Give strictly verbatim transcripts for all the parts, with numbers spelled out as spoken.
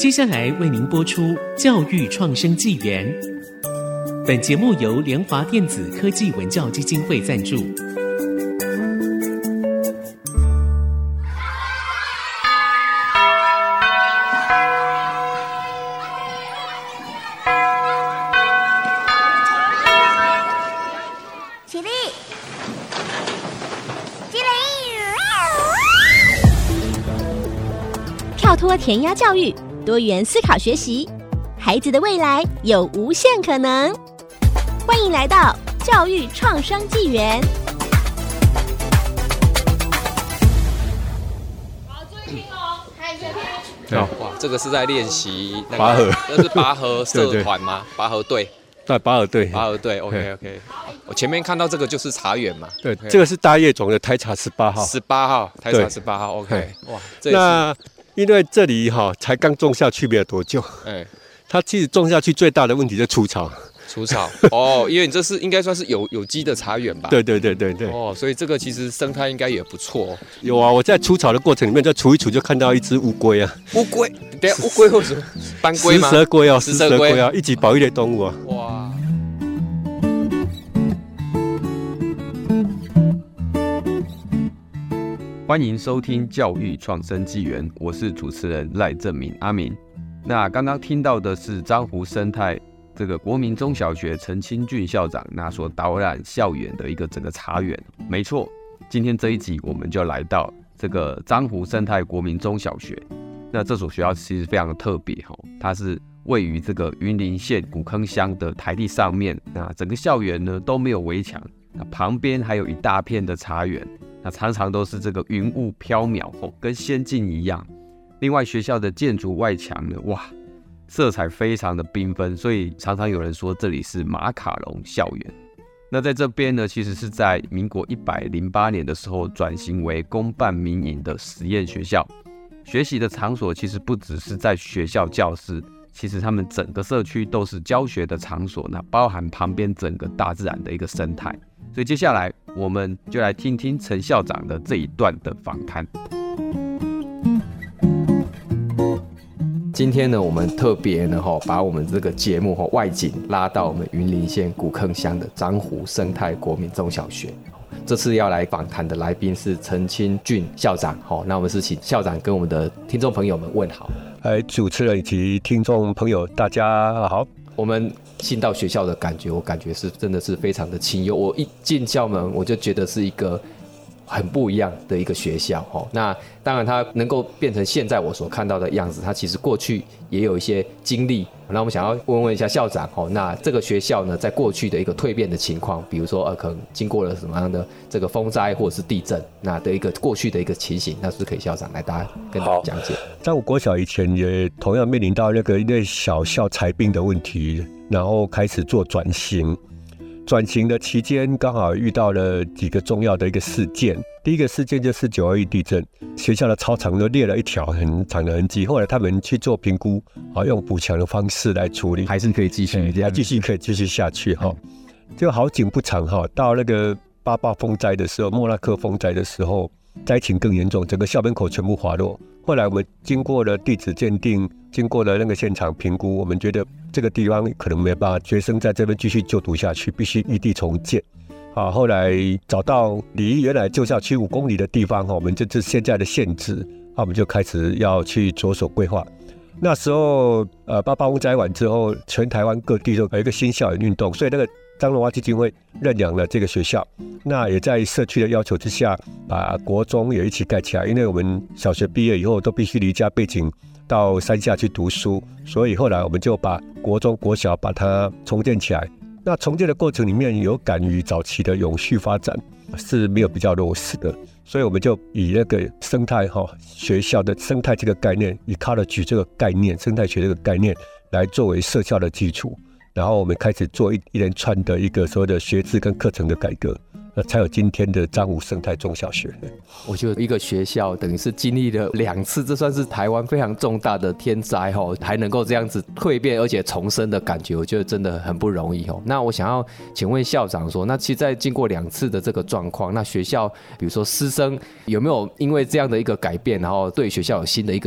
接下来为您播出教育创生纪元。本节目由联华电子科技文教基金会赞助。 起立，起立！ 跳脱填鸭教育，多元思考学习，孩子的未来有无限可能。欢迎来到教育创生纪元。 好，注意听哦，看一下听。 哇，这个是在练习那个拔河， 这是拔河社团吗？拔河队。 对，拔河队， 拔河队 ，OK OK。我前面看到这个就是茶园嘛， 对，这个是大叶种的台茶十八号， 十八号，台茶十八号 ，OK。哇， 那因为这里哈才刚种下去没有多久，哎，它其实种下去最大的问题就是除草。 除草哦，因为你这是应该算是有有机的茶园吧？ 对对对对对。 哦，所以这个其实生态应该也不错、哦。 有啊，我在除草的过程里面，就除一除就看到一只乌龟啊。 乌龟？等下乌龟或者斑龟吗？ 食蛇龟哦，食蛇龟啊，一级保育类动物啊。 哇！ 欢迎收听教育创生纪元，我是主持人赖正明阿明。那刚刚听到的是樟湖生态这个国民中小学陈清俊校长那所导览校园的一个整个茶园。没错，今天这一集我们就来到这个樟湖生态国民中小学。那这所学校其实非常的特别，它是位于这个云林县古坑乡的台地上面。那整个校园呢都没有围墙，那旁边还有一大片的茶园，那常常都是这个云雾飘渺，跟仙境一样。另外学校的建筑外墙呢，哇，色彩非常的缤纷，所以常常有人说这里是马卡龙校园。那在这边呢，其实是在民国一百零八年的时候转型为公办民营的实验学校。学习的场所其实不只是在学校教室，其实他们整个社区都是教学的场所，那包含旁边整个大自然的一个生态。所以接下来我们就来听听陈校长的这一段的访谈。 今天呢，我们特别呢把我们这个节目外景拉到我们云林县古坑乡的樟湖生态国民中小学。这次要来访谈的来宾是陈清俊校长，那我们是请校长跟我们的听众朋友们问好。 哎，主持人以及听众朋友，大家好。 我们进到学校的感觉，我感觉是真的是非常的清幽。我一进校门，我就觉得是一个很不一样的一个学校。那当然它能够变成现在我所看到的样子，它其实过去也有一些经历。那我们想要问问一下校长，那这个学校呢，在过去的一个蜕变的情况，比如说呃，可能经过了什么样的这个风灾或者是地震，那的一个过去的一个情形，那是不是可以校长来大家跟大家讲解？ 在我国小以前也同样面临到那个因为小校裁兵的问题，然后开始做转型。转型的期间刚好遇到了几个重要的一个事件。第一个事件就是九二一地震，学校的操场都裂了一条很长的痕迹。后来他们去做评估，用补强的方式来处理， 还是可以继续， 还继续可以继续下去哈。就好景不长哈，到那个八八风灾的时候，莫拉克风灾的时候，灾情更严重，整个校门口全部滑落。后来我们经过了地质鉴定，经过了那个现场评估，我们觉得这个地方可能没办法，学生在这边继续就读下去，必须异地重建。好，后来找到离原来旧校区五公里的地方，我们就是现在的现址，我们就开始要去着手规划。那时候，呃，八八风灾完之后，全台湾各地都有一个新校园运动，所以那个张荣华基金会认养了这个学校。那也在社区的要求之下，把国中也一起盖起来，因为我们小学毕业以后都必须离家背井到山下去读书，所以后来我们就把国中、国小把它重建起来。那重建的过程里面有感于早期的永续发展是没有比较落实的，所以我们就以那个生态学校的生态这个概念，以 ecology 这个概念，生态学这个概念来作为社校的基础，然后我们开始做 一, 一连串的一个所谓的学制跟课程的改革，那才有今天的樟湖生态中小学。 我觉得一个学校等于是经历了两次，这算是台湾非常重大的天灾，还能够这样子蜕变而且重生的感觉，我觉得真的很不容易。那我想要请问校长说，那其实在经过两次的这个状况，那学校比如说师生有没有因为这样的一个改变，然后对学校有新的一个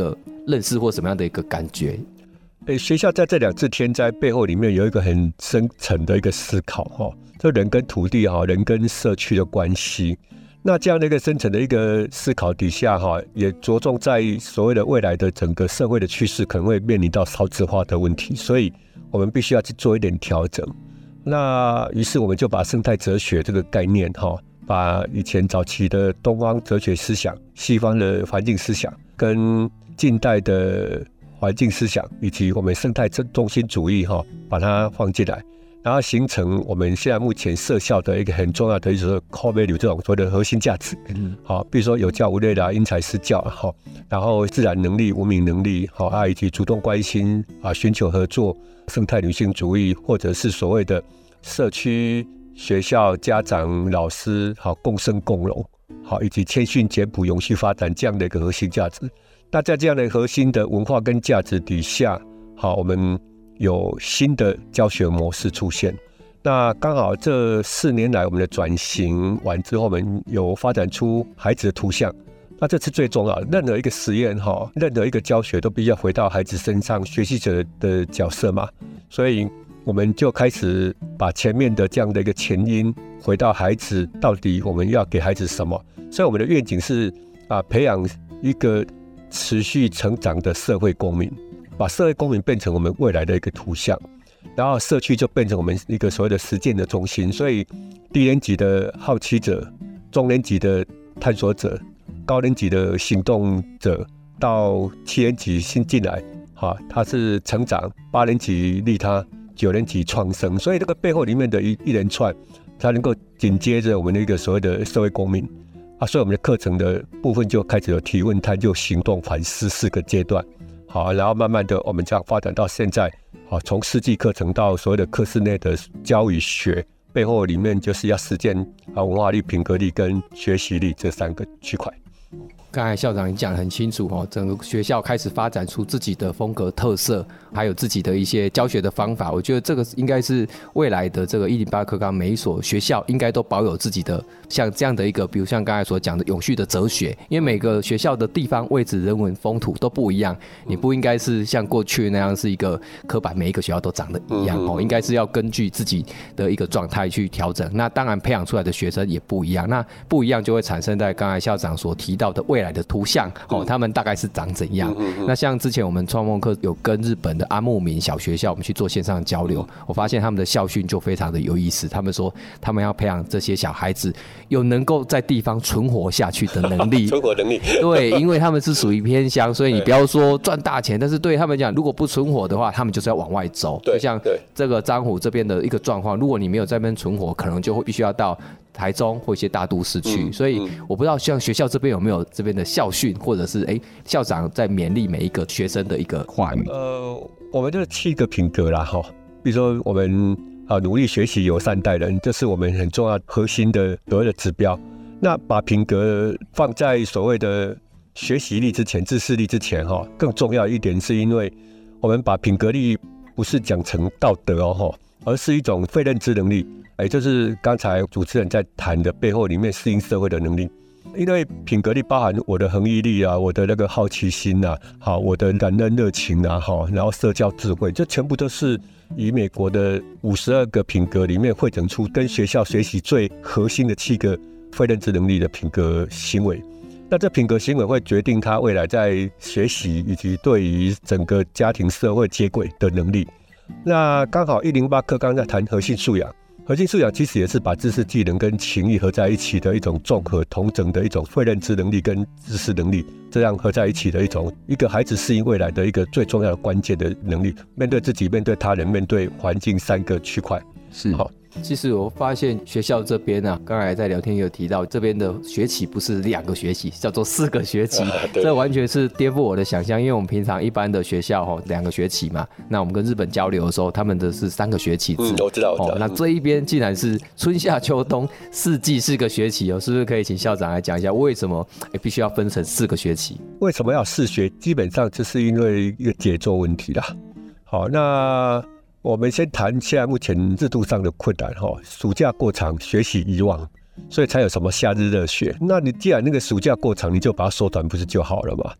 认识或什么样的一个感觉？ 欸、学校在这两次天灾背后里面有一个很深层的一个思考哈，就人跟土地哈，人跟社区的关系。那这样的一个深层的一个思考底下哈，也着重在所谓的未来的整个社会的趋势可能会面临到少子化的问题，所以我们必须要去做一点调整。那于是我们就把生态哲学这个概念哈，把以前早期的东方哲学思想、西方的环境思想跟近代的环境思想以及我们生态中心主义哈，把它放进来，然后形成我们现在目前社校的一个很重要的，就是 core value 这种所谓的核心价值。嗯，好，比如说有教无类啦，因材施教哈，然后自然能力、文明能力，好啊，以及主动关心啊，寻求合作、生态女性主义，或者是所谓的社区、学校、家长、老师，好共生共荣，好以及谦逊简朴、永续发展这样的一个核心价值。那在这样的核心的文化跟价值底下，好，我们有新的教学模式出现。那刚好这四年来我们的转型完之后，我们有发展出孩子的图像。那这是最重要的，任何一个实验哈，任何一个教学都必须要回到孩子身上，学习者的角色嘛。所以我们就开始把前面的这样的一个前因回到孩子，到底我们要给孩子什么？所以我们的愿景是啊，培养一个持续成长的社会公民，把社会公民变成我们未来的一个图像，然后社区就变成我们一个所谓的实践的中心。所以低年级的好奇者，中年级的探索者，高年级的行动者，到七年级新进来，哈，他是成长，八年级利他，九年级创生。所以这个背后里面的一一连串，它能够紧接着我们的一个所谓的社会公民。啊，所以我们的课程的部分就开始有提问、探究、行动、反思四个阶段，好，然后慢慢的我们这样发展到现在，好，从实际课程到所谓的课室内的教与学，背后里面就是要实践啊文化力、品格力跟学习力这三个区块。 刚才校长你讲得很清楚哦，整个学校开始发展出自己的风格特色，还有自己的一些教学的方法。我觉得这个应该是未来的这个一零八课纲每一所学校应该都保有自己的像这样的一个，比如像刚才所讲的永续的哲学。因为每个学校的地方位置、人文、风土都不一样，你不应该是像过去那样是一个刻板，每一个学校都长得一样哦，应该是要根据自己的一个状态去调整。那当然培养出来的学生也不一样，那不一样就会产生在刚才校长所提到的未来的图像，哦，他们大概是长怎样？那像之前我们创梦课有跟日本的阿木明小学校，我们去做线上交流，我发现他们的校训就非常的有意思。他们说，他们要培养这些小孩子有能够在地方存活下去的能力。 存活能力。 对，因为他们是属于偏乡，所以你不要说赚大钱，但是对他们讲，如果不存活的话，他们就是要往外走。就像这个彰虎这边的一个状况，如果你没有在那边存活，可能就会必须要到台中或一些大都市去，嗯、所以我不知道像学校这边有没有这边的校训，或者是哎校长在勉励每一个学生的一个话语。 呃，我们就是七个品格啦，哈，比如说我们啊努力学习友善待人，这是我们很重要核心的所谓的指标。那把品格放在所谓的学习力之前、知识力之前，哈，更重要一点是因为我们把品格力不是讲成道德哦，哈，而是一种非认知能力。哎，就是刚才主持人在谈的背后里面适应社会的能力，因为品格力包含我的恒毅力啊，我的那个好奇心啊，好，我的感恩热情啊，好，然后社交智慧，这全部都是以美国的五十二个品格里面汇整出跟学校学习最核心的七个非认知能力的品格行为。那这品格行为会决定他未来在学习以及对于整个家庭社会接轨的能力。那刚好一零八课纲在谈核心素养。核心素养其实也是把知识技能跟情谊合在一起的一种综合统整的一种非认知能力跟知识能力，这样合在一起的一种一个孩子适应未来的一个最重要的关键的能力，面对自己、面对他人、面对环境三个区块。 是好。其实我发现学校这边啊，刚才在聊天有提到，这边的学期不是两个学期，叫做四个学期，啊、这完全是颠覆我的想象。因为我们平常一般的学校哦，两个学期嘛，那我们跟日本交流的时候，他们的是三个学期制。 嗯，我知道，我知道。 哦、那这一边竟然是春夏秋冬四季四个学期哦，是不是可以请校长来讲一下为什么必须要分成四个学期？ 为什么要四学？基本上就是因为一个节奏问题啦。好，那我们先谈现在目前制度上的困难哈，暑假过长，学习遗忘，所以才有什么夏日热血。那你既然那个暑假过长，你就把它缩短不是就好了嘛？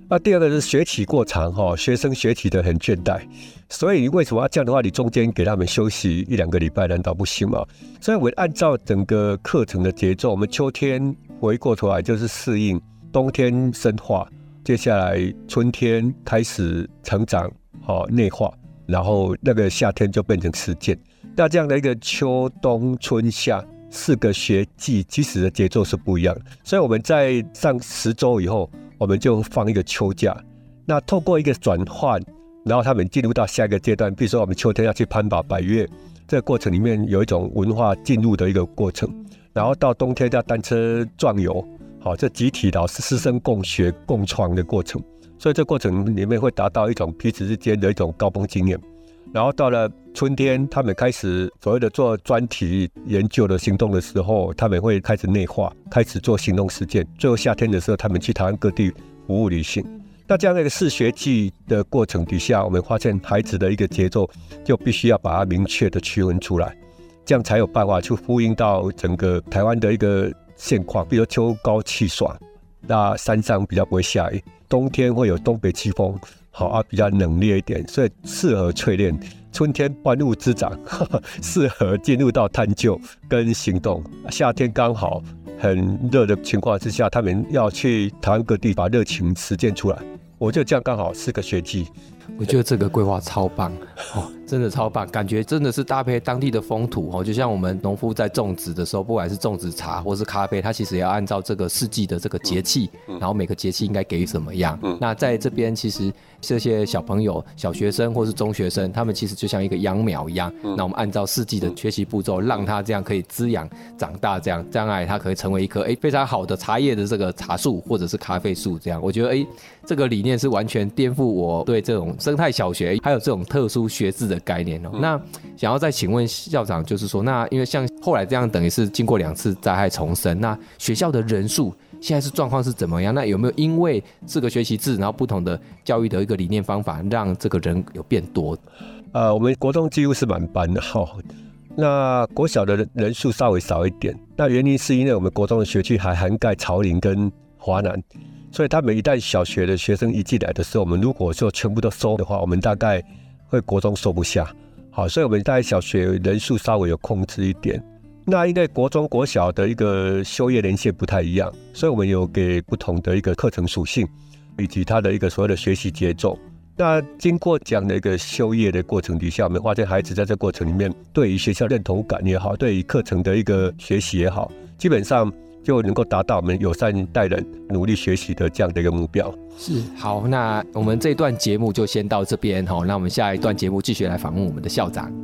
那第二个是学期过长哈，学生学习的很倦怠，所以为什么要这样的话？你中间给他们休息一两个礼拜，难道不行吗？所以我们按照整个课程的节奏，我们秋天回过头来就是适应，冬天深化，接下来春天开始成长，好内化，然后那个夏天就变成实践。那这样的一个秋冬春夏四个学季，其实的节奏是不一样的。所以我们在上十周以后，我们就放一个秋假，那透过一个转换，然后他们进入到下一个阶段，比如说我们秋天要去攀爬百岳，这个过程里面有一种文化进入的一个过程，然后到冬天要单车壮游，好，这集体老师师生共学共创的过程，所以这过程里面会达到一种彼此之间的一种高峰经验。然后到了春天，他们开始所谓的做专题研究的行动的时候，他们会开始内化，开始做行动实践。最后夏天的时候，他们去台湾各地服务旅行。那这样的一个四学季的过程底下，我们发现孩子的一个节奏就必须要把它明确的区分出来，这样才有办法去呼应到整个台湾的一个现况。比如秋高气爽，那山上比较不会下雨，冬天会有东北季风。好啊，比较冷冽一点，所以适合淬炼。春天万物之长，呵呵适合进入到探究跟行动。夏天刚好很热的情况之下，他们要去台湾各地把热情实践出来。我觉得这样刚好四个学季。 我觉得这个规划超棒哦，真的超棒，感觉真的是搭配当地的风土哦。就像我们农夫在种植的时候，不管是种植茶或是咖啡，它其实也要按照这个四季的这个节气，然后每个节气应该给予什么样。那在这边其实这些小朋友、小学生或是中学生，他们其实就像一个秧苗一样。那我们按照四季的学习步骤，让它这样可以滋养长大，这样将来它可以成为一棵哎非常好的茶叶的这个茶树或者是咖啡树。这样，我觉得哎这个理念是完全颠覆我对这种生态小学还有这种特殊学制的概念哦。嗯、那想要再请问校长，就是说，那因为像后来这样，等于是经过两次灾害重生，那学校的人数现在是状况是怎么样？那有没有因为四个学习制，然后不同的教育的一个理念方法，让这个人有变多？ 呃，我们国中几乎是满班的哈、哦，那国小的人数稍微少一点。那原因是因为我们国中的学区还涵盖草岭跟华南。所以他们一旦小学的学生一进来的时候，我们如果说全部都收的话，我们大概会国中收不下。好，所以我们大概小学人数稍微有控制一点。那因为国中国小的一个修业年限不太一样，所以我们有给不同的一个课程属性，以及它的一个所谓的学习节奏。那经过这样的一个修业的过程底下，我们发现孩子在这过程里面，对于学校认同感也好，对于课程的一个学习也好，基本上就能够达到我们友善待人、努力学习的这样的一个目标。 是，好，那我们这一段节目就先到这边哈，那我们下一段节目继续来访问我们的校长。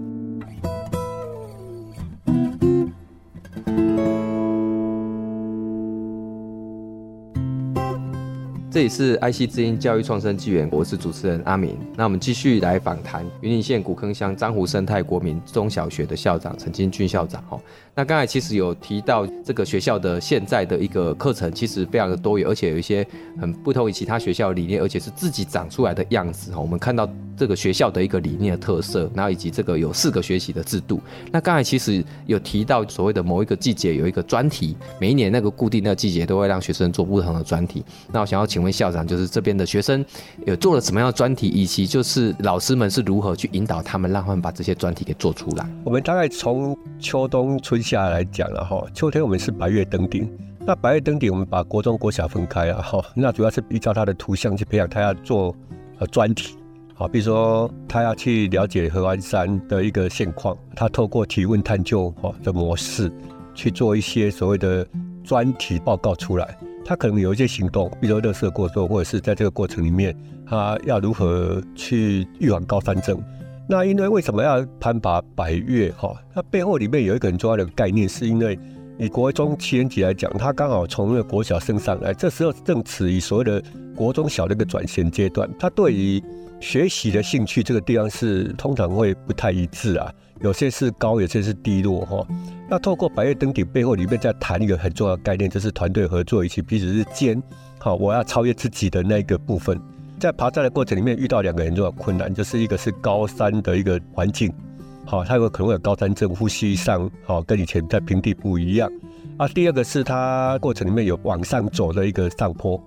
这里是 I C 之音教育创生纪元，我是主持人阿明。那我们继续来访谈云林县古坑乡樟湖生态国民中小学的校长陈金俊校长。那刚才其实有提到这个学校的现在的一个课程其实非常的多元，而且有一些很不同于其他学校的理念，而且是自己长出来的样子。我们看到这个学校的一个理念的特色，然后以及这个有四个学习的制度。那刚才其实有提到所谓的某一个季节有一个专题，每一年那个固定的季节都会让学生做不同的专题。那我想要请问校长，就是这边的学生有做了什么样的专题，以及就是老师们是如何去引导他们，让他们把这些专题给做出来？ 我们大概从秋冬春夏来讲了哈，秋天我们是百岳登顶。那百岳登顶，我们把国中国小分开了哈，那主要是依照他的图像去培养他要做呃专题。好，比如说他要去了解合欢山的一个现况，他透过提问探究的模式去做一些所谓的专题报告出来。他可能有一些行动，比如说垃圾过多，或者是在这个过程里面，他要如何去预防高山症。那因为为什么要攀爬百岳？哈，它背后里面有一个很重要的概念，是因为以国中七年级来讲，他刚好从那个国小升上来，这时候正处于所谓的国中小的一个转型阶段，他对于学习的兴趣这个地方是通常会不太一致啊，有些是高，有些是低落哈。那透过百岳登顶背后里面在谈一个很重要的概念，就是团队合作以及彼此之间，好，我要超越自己的那个部分。在爬山的过程里面遇到两个很重要的困难，就是一个是高山的一个环境，好，它有可能会有高山症，呼吸上好跟以前在平地不一样啊。第二个是它过程里面有往上走的一个上坡。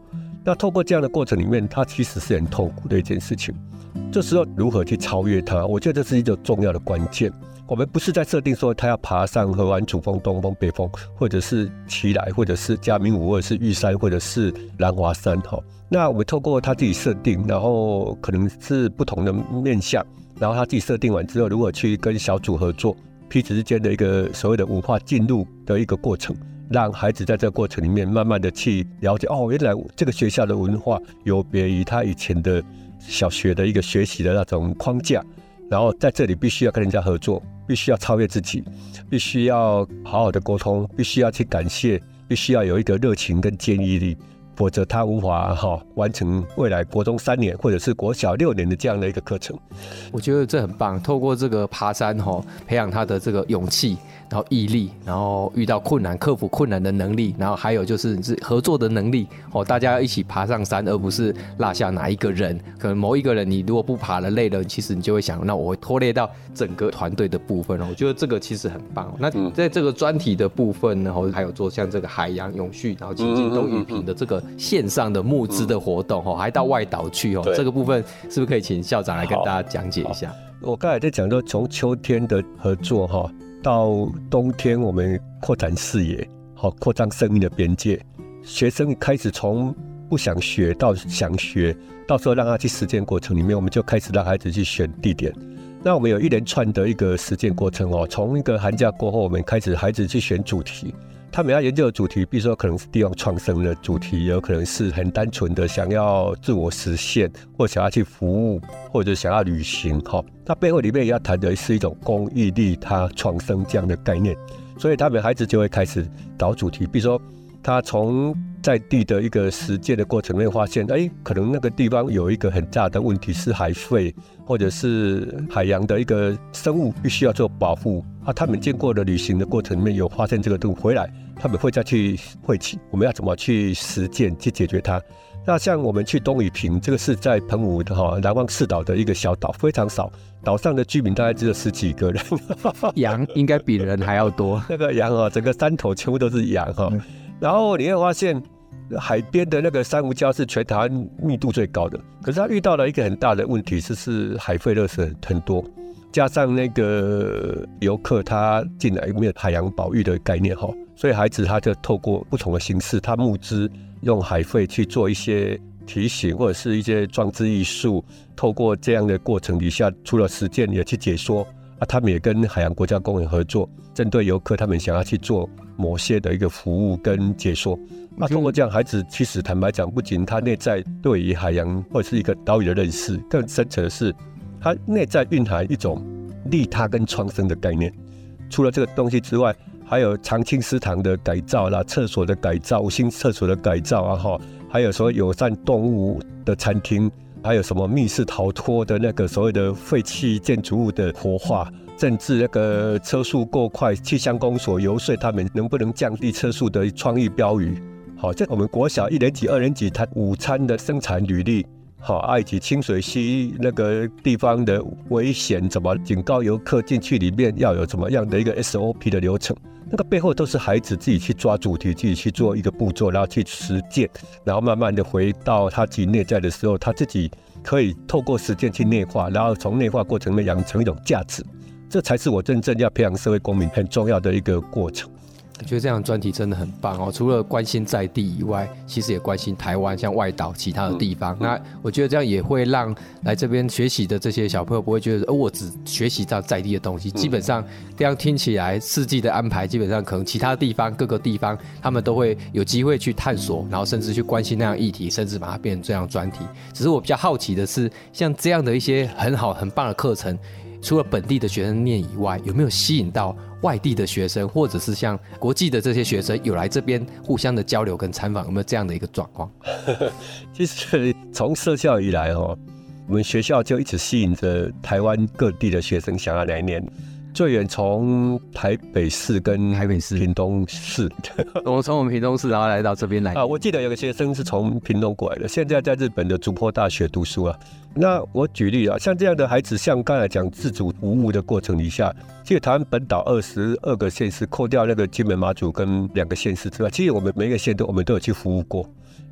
那透过这样的过程里面，它其实是很痛苦的一件事情。这时候如何去超越它，我觉得这是一个重要的关键。我们不是在设定说他要爬上合湾、主峰、东峰、北峰，或者是奇来，或者是嘉明湖，或者是玉山，或者是兰华山。那我们透过他自己设定，然后可能是不同的面向，然后他自己设定完之后，如果去跟小组合作，彼此之间的一个所谓的文化进入的一个过程，让孩子在这个过程里面慢慢的去了解，哦，原来这个学校的文化有别于他以前的小学的一个学习的那种框架，然后在这里必须要跟人家合作，必须要超越自己，必须要好好的沟通，必须要去感谢，必须要有一个热情跟建议力，否则他无法、哦、完成未来国中三年或者是国小六年的这样的一个课程。 我觉得这很棒，透过这个爬山、哦、培养他的这个勇气，然后毅力，然后遇到困难克服困难的能力，然后还有就是合作的能力、哦、大家要一起爬上山，而不是落下哪一个人。可能某一个人你如果不爬了累了，其实你就会想，那我会拖累到整个团队的部分、哦、我觉得这个其实很棒。那在这个专题的部分呢，还有做像这个海洋永续，然后亲近东屿平的这个线上的募资的活动、哦、还到外岛去、哦、这个部分是不是可以请校长来跟大家讲解一下？ 我刚才在讲说，从秋天的合作、哦、到冬天我们扩展视野，扩张生命的边界，学生开始从不想学到想学，到时候让他去实践过程里面，我们就开始让孩子去选地点。那我们有一连串的一个实践过程哦，从一个寒假过后，我们开始孩子去选主题，他们要研究的主题，比如说可能是地方创生的主题，有可能是很单纯的想要自我实现，或想要去服务，或者想要旅行。那背后里面要谈的是一种公益利他创生这样的概念，所以他们孩子就会开始找主题，比如说他从在地的一个实践的过程里面发现，哎，可能那个地方有一个很大的问题是海废，或者是海洋的一个生物必须要做保护啊。他们经过的旅行的过程里面有发现这个东西回来，他们会再去汇集，我们要怎么去实践去解决它。那像我们去东屿平，这个是在澎湖的哈南方四岛的一个小岛，非常少，岛上的居民大概只有十几个人， 羊应该比人还要多。 那个羊啊，整个山头全部都是羊哈。然后你会发现，海边的那个珊瑚礁是全台湾密度最高的，可是他遇到了一个很大的问题，就是海废垃圾很多，加上那个游客他进来没有海洋保育的概念哈，所以孩子他就透过不同的形式，他募资用海废去做一些提醒或者是一些装置艺术，透过这样的过程底下，除了实践也去解说啊，他们也跟海洋国家公园合作，针对游客他们想要去做某些的一个服务跟解说。那通过这样，孩子其实坦白讲，不仅他内在对于海洋或者是一个岛屿的认识，更深层的是他内在蕴含一种利他跟创生的概念。除了这个东西之外，还有长青食堂的改造啦，厕所的改造，五星厕所的改造啊，哈，还有说友善动物的餐厅，还有什么密室逃脱的那个所谓的废弃建筑物的活化。甚至那个车速过快，气象公所游说他们能不能降低车速的创意标语。好，在我们国小一年级、二年级谈午餐的生产履历，好，爱及清水溪那个地方的危险，怎么警告游客进去里面要有怎么样的一个 S O P 的流程，那个背后都是孩子自己去抓主题，自己去做一个步骤，然后去实践，然后慢慢的回到他自己内在的时候，他自己可以透过实践去内化，然后从内化过程里面养成一种价值。这才是我真正要培养社会公民很重要的一个过程。 我觉得这样的专题真的很棒哦！除了关心在地以外，其实也关心台湾像外岛其他的地方。嗯、那我觉得这样也会让来这边学习的这些小朋友不会觉得，哦，我只学习到在地的东西。嗯、基本上这样听起来，四季的安排基本上可能其他地方各个地方他们都会有机会去探索，然后甚至去关心那样议题，甚至把它变成这样专题。只是我比较好奇的是，像这样的一些很好很棒的课程。除了本地的学生念以外，有没有吸引到外地的学生，或者是像国际的这些学生有来这边互相的交流跟参访，有没有这样的一个状况？ 其实从设校以来哦，我们学校就一直吸引着台湾各地的学生想要来念。最远从台北市跟台北市、屏东市， 我从我们屏东市然后来到这边来啊。我记得有个学生是从屏东过来的，现在在日本的竹坡大学读书啊。那我举例啊，像这样的孩子，像刚才讲自主服务的过程底下，其实台湾本岛二十二个县市，扣掉那个金门、马祖跟两个县市之外，其实我们每一个县都我们都有去服务过。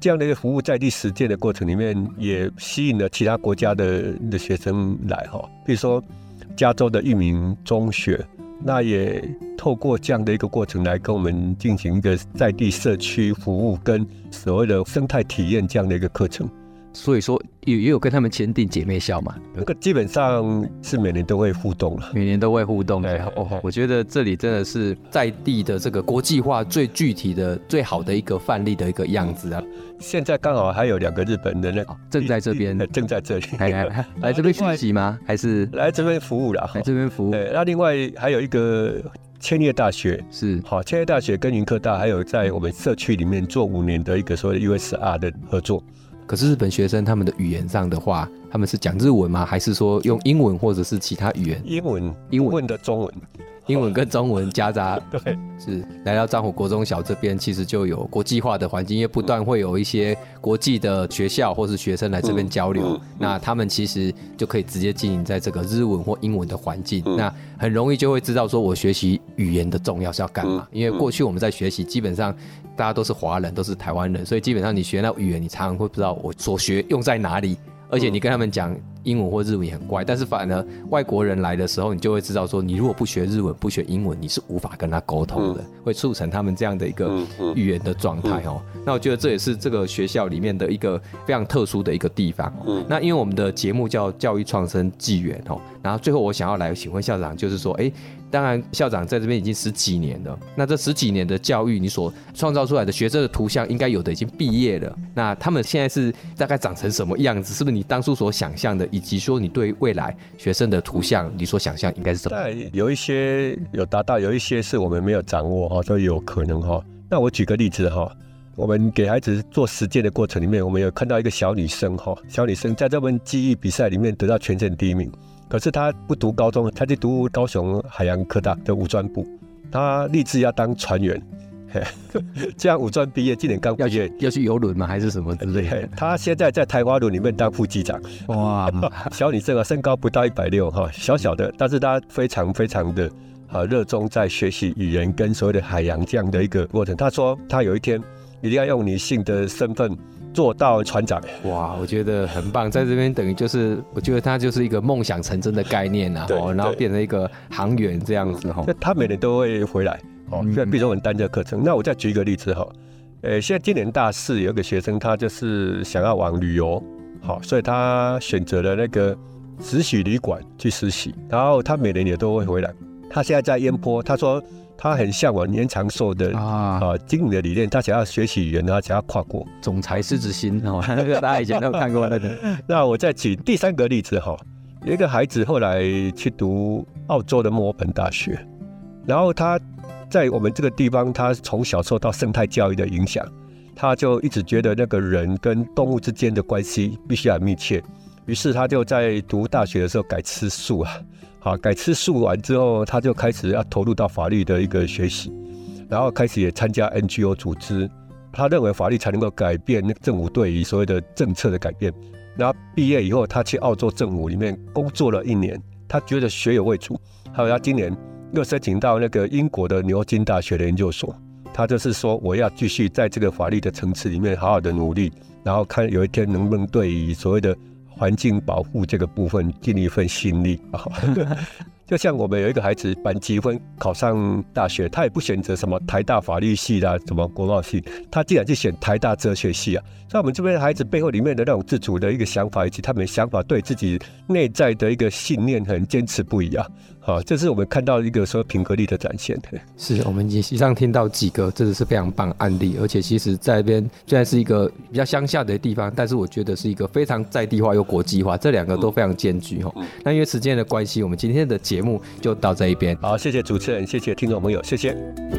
这样的一个服务在地实践的过程里面，也吸引了其他国家的的学生来哈，比如说加州的一名中学，那也透过这样的一个过程来跟我们进行一个在地社区服务跟所谓的生态体验这样的一个课程。 所以说也也有跟他们签订姐妹校嘛， 那个基本上是每年都会互动了， 每年都会互动的。 哎哦，我觉得这里真的是在地的这个国际化最具体的、最好的一个范例的一个样子啊。 现在刚好还有两个日本人呢， 哦正在这边， 正在这里， 来来来这边学习吗？还是来这边服务啦？ 来这边服务。 那另外还有一个千叶大学， 是好，千叶大学跟云科大还有在我们社区里面做五年的一个所谓的 U S R 的合作。 可是日本学生他们的语言上的话，他们是讲日文吗？还是说用英文或者是其他语言？ 英文， 英文的中文， 英文跟中文夹杂。 对， 是来到彰湖国中小这边，其实就有国际化的环境，因为不断会有一些国际的学校或是学生来这边交流，嗯嗯、那他们其实就可以直接经营在这个日文或英文的环境，嗯、那很容易就会知道说我学习语言的重要是要干嘛。嗯、因为过去我们在学习，基本上大家都是华人，都是台湾人，所以基本上你学那语言，你常常会不知道我所学用在哪里。而且你跟他们讲英文或日文也很怪，但是反而外国人来的时候，你就会知道说，你如果不学日文、不学英文，你是无法跟他沟通的，嗯、会促成他们这样的一个语言的状态哦。嗯、那我觉得这也是这个学校里面的一个非常特殊的一个地方。嗯、那因为我们的节目叫教育创生纪元哦，然后最后我想要来请问校长，就是说，哎，当然校长在这边已经十几年了，那这十几年的教育，你所创造出来的学生的图像，应该有的已经毕业了，那他们现在是大概长成什么样子？是不是你当初所想象的，以及说你对未来学生的图像，你所想象应该是什么？ 有一些有达到，有一些是我们没有掌握哈，都有可能哈。那我举个例子哈，我们给孩子做实践的过程里面，我们有看到一个小女生哈，小女生在这门记忆比赛里面得到全省第一名。可是他不读高中，他去读高雄海洋科大的五专部，他立志要当船员。这样五专毕业，今年刚毕业， 要去游轮吗？还是什么之类的？ 他现在在台华轮里面当副机长。哇，小女生啊，身高不到一百六哈，小小的，但是她非常非常的啊热衷在学习语言跟所谓的海洋这样的一个过程。她说，她有一天一定要用女性的身份做到船长。 哇，我觉得很棒，在这边等于就是，我觉得他就是一个梦想成真的概念啊，然后变成一个航员这样子哈。 他每年都会回来。哦，比如说我们单这课程，那我再举一个例子哈，呃，现在今年大四有一个学生，他就是想要往旅游，好，所以他选择了那个实习旅馆去实习，然后他每年也都会回来。他现在在烟波，他说他很向往延长寿的啊、呃、经营的理念，他想要学习语言，他想要跨国， 总裁狮子心哦，那个大家以前都有看过那个。 那我再举第三个例子哈，有一个孩子后来去读澳洲的墨尔本大学，然后他在我们这个地方，他从小受到生态教育的影响，他就一直觉得那个人跟动物之间的关系必须很密切，于是他就在读大学的时候改吃素啊，好，改吃素完之后，他就开始要投入到法律的一个学习，然后开始也参加 N G O 组织，他认为法律才能够改变政府对于所谓的政策的改变。然后毕业以后，他去澳洲政府里面工作了一年，他觉得学有未足，还有他今年又申请到那个英国的牛津大学的研究所，他就是说我要继续在这个法律的层次里面好好的努力，然后看有一天能不能对于所谓的环境保护这个部分尽一份心力。就像我们有一个孩子班积分考上大学，他也不选择什么台大法律系啦，什么国贸系，他竟然去选台大哲学系啊！在我们这边的孩子背后里面的那种自主的一个想法，以及他们的想法对自己内在的一个信念很坚持不一样。好，这是我们看到一个说品格力的展现。 是我们以上听到几个，真的是非常棒的案例，而且其实在这边虽然是一个比较乡下的地方，但是我觉得是一个非常在地化又国际化，这两个都非常兼具哈。那因为时间的关系，我们今天的节目就到这一边。 好，谢谢主持人，谢谢听众朋友，谢谢。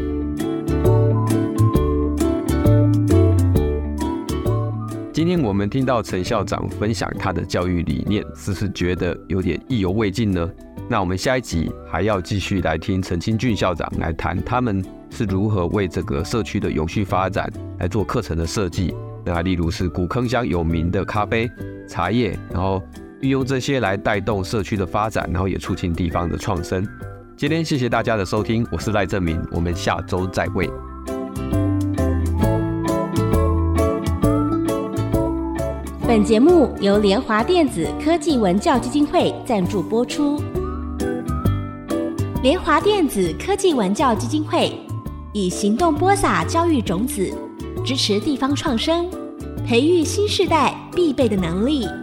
今天我们听到陈校长分享他的教育理念，是不是觉得有点意犹未尽呢？那我们下一集还要继续来听陈清俊校长来谈他们是如何为这个社区的永续发展来做课程的设计。那例如是古坑乡有名的咖啡、茶叶，然后运用这些来带动社区的发展，然后也促进地方的创生。今天谢谢大家的收听，我是赖正明，我们下周再会。 本节目由联华电子科技文教基金会赞助播出。联华电子科技文教基金会以行动播撒教育种子，支持地方创生，培育新世代必备的能力。